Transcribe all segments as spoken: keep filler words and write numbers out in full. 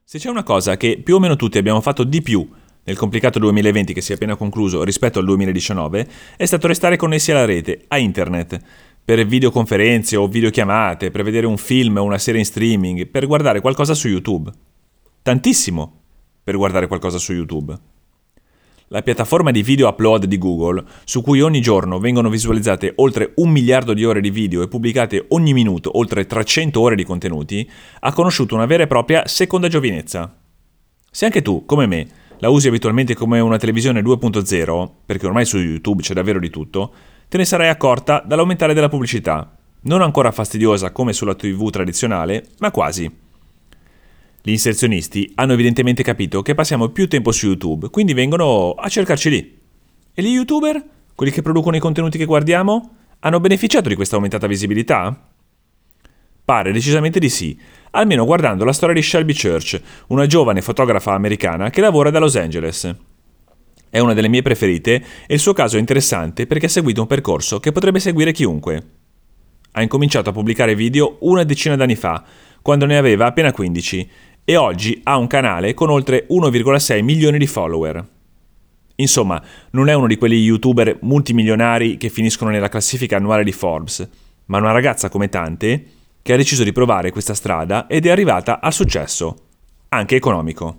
Se c'è una cosa che più o meno tutti abbiamo fatto di più nel complicato duemilaventi che si è appena concluso rispetto al duemiladiciannove, è stato restare connessi alla rete, a internet, per videoconferenze o videochiamate, per vedere un film o una serie in streaming, per guardare qualcosa su YouTube. Tantissimo per guardare qualcosa su YouTube. La piattaforma di video upload di Google, su cui ogni giorno vengono visualizzate oltre un miliardo di ore di video e pubblicate ogni minuto oltre trecento ore di contenuti, ha conosciuto una vera e propria seconda giovinezza. Se anche tu, come me, la usi abitualmente come una televisione due punto zero, perché ormai su YouTube c'è davvero di tutto, te ne sarai accorta dall'aumentare della pubblicità, non ancora fastidiosa come sulla tivù tradizionale, ma quasi. Gli inserzionisti hanno evidentemente capito che passiamo più tempo su YouTube, quindi vengono a cercarci lì. E gli YouTuber, quelli che producono i contenuti che guardiamo, hanno beneficiato di questa aumentata visibilità? Pare decisamente di sì, almeno guardando la storia di Shelby Church, una giovane fotografa americana che lavora da Los Angeles. È una delle mie preferite e il suo caso è interessante perché ha seguito un percorso che potrebbe seguire chiunque. Ha incominciato a pubblicare video una decina d'anni fa, quando ne aveva appena quindici, e oggi ha un canale con oltre uno virgola sei milioni di follower. Insomma, non è uno di quegli youtuber multimilionari che finiscono nella classifica annuale di Forbes, ma una ragazza come tante che ha deciso di provare questa strada ed è arrivata al successo, anche economico.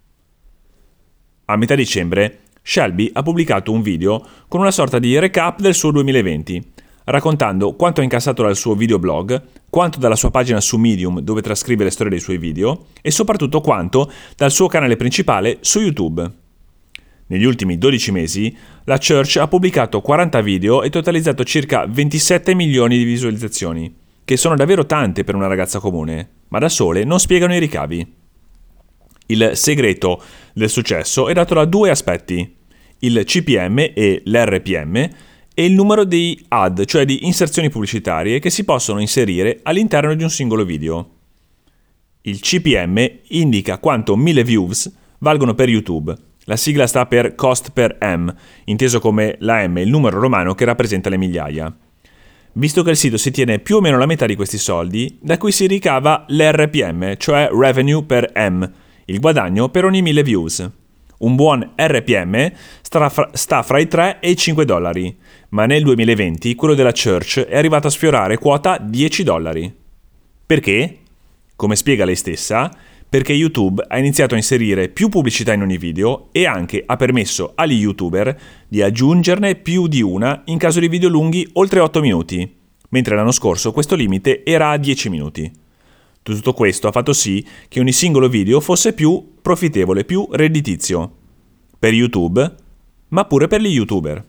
A metà dicembre, Shelby ha pubblicato un video con una sorta di recap del suo duemilaventi, raccontando quanto ha incassato dal suo videoblog, quanto dalla sua pagina su Medium dove trascrive le storie dei suoi video e soprattutto quanto dal suo canale principale su YouTube. Negli ultimi dodici mesi, la Church ha pubblicato quaranta video e totalizzato circa ventisette milioni di visualizzazioni, che sono davvero tante per una ragazza comune, ma da sole non spiegano i ricavi. Il segreto del successo è dato da due aspetti, il C P M e l'R P M, e il numero di ad, cioè di inserzioni pubblicitarie che si possono inserire all'interno di un singolo video. Il C P M indica quanto mille views valgono per YouTube. La sigla sta per Cost per M, inteso come la M, il numero romano che rappresenta le migliaia. Visto che il sito si tiene più o meno la metà di questi soldi, da cui si ricava l'R P M, cioè Revenue per M, il guadagno per ogni mille views. Un buon R P M sta fra, sta fra i tre e i cinque dollari, ma nel duemilaventi quello della Church è arrivato a sfiorare quota dieci dollari. Perché? Come spiega lei stessa, perché YouTube ha iniziato a inserire più pubblicità in ogni video e anche ha permesso agli YouTuber di aggiungerne più di una in caso di video lunghi oltre otto minuti, mentre l'anno scorso questo limite era a dieci minuti. Tutto questo ha fatto sì che ogni singolo video fosse più profittevole, più redditizio. Per YouTube, ma pure per gli YouTuber.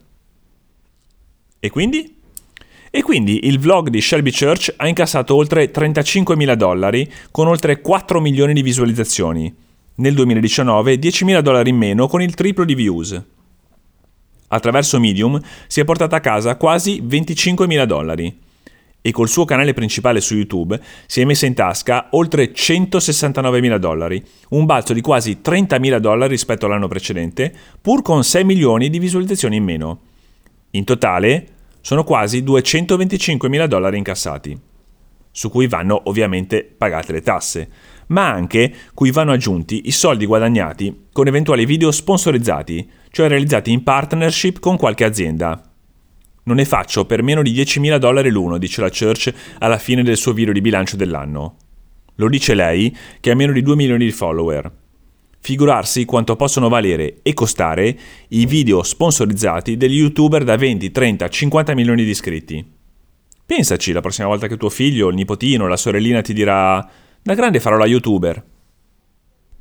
E quindi? E quindi il vlog di Shelby Church ha incassato oltre trentacinquemila dollari con oltre quattro milioni di visualizzazioni. Nel duemiladiciannove diecimila dollari in meno con il triplo di views. Attraverso Medium si è portata a casa quasi venticinquemila dollari. E col suo canale principale su YouTube si è messa in tasca oltre centosessantanovemila dollari, un balzo di quasi trentamila dollari rispetto all'anno precedente, pur con sei milioni di visualizzazioni in meno. In totale sono quasi duecentoventicinquemila dollari incassati, su cui vanno ovviamente pagate le tasse, ma anche cui vanno aggiunti i soldi guadagnati con eventuali video sponsorizzati, cioè realizzati in partnership con qualche azienda. Non ne faccio per meno di diecimila dollari l'uno, dice la Church alla fine del suo video di bilancio dell'anno. Lo dice lei, che ha meno di due milioni di follower. Figurarsi quanto possono valere e costare i video sponsorizzati degli YouTuber da venti, trenta, cinquanta milioni di iscritti. Pensaci la prossima volta che tuo figlio, il nipotino, la sorellina ti dirà «Da grande farò la YouTuber».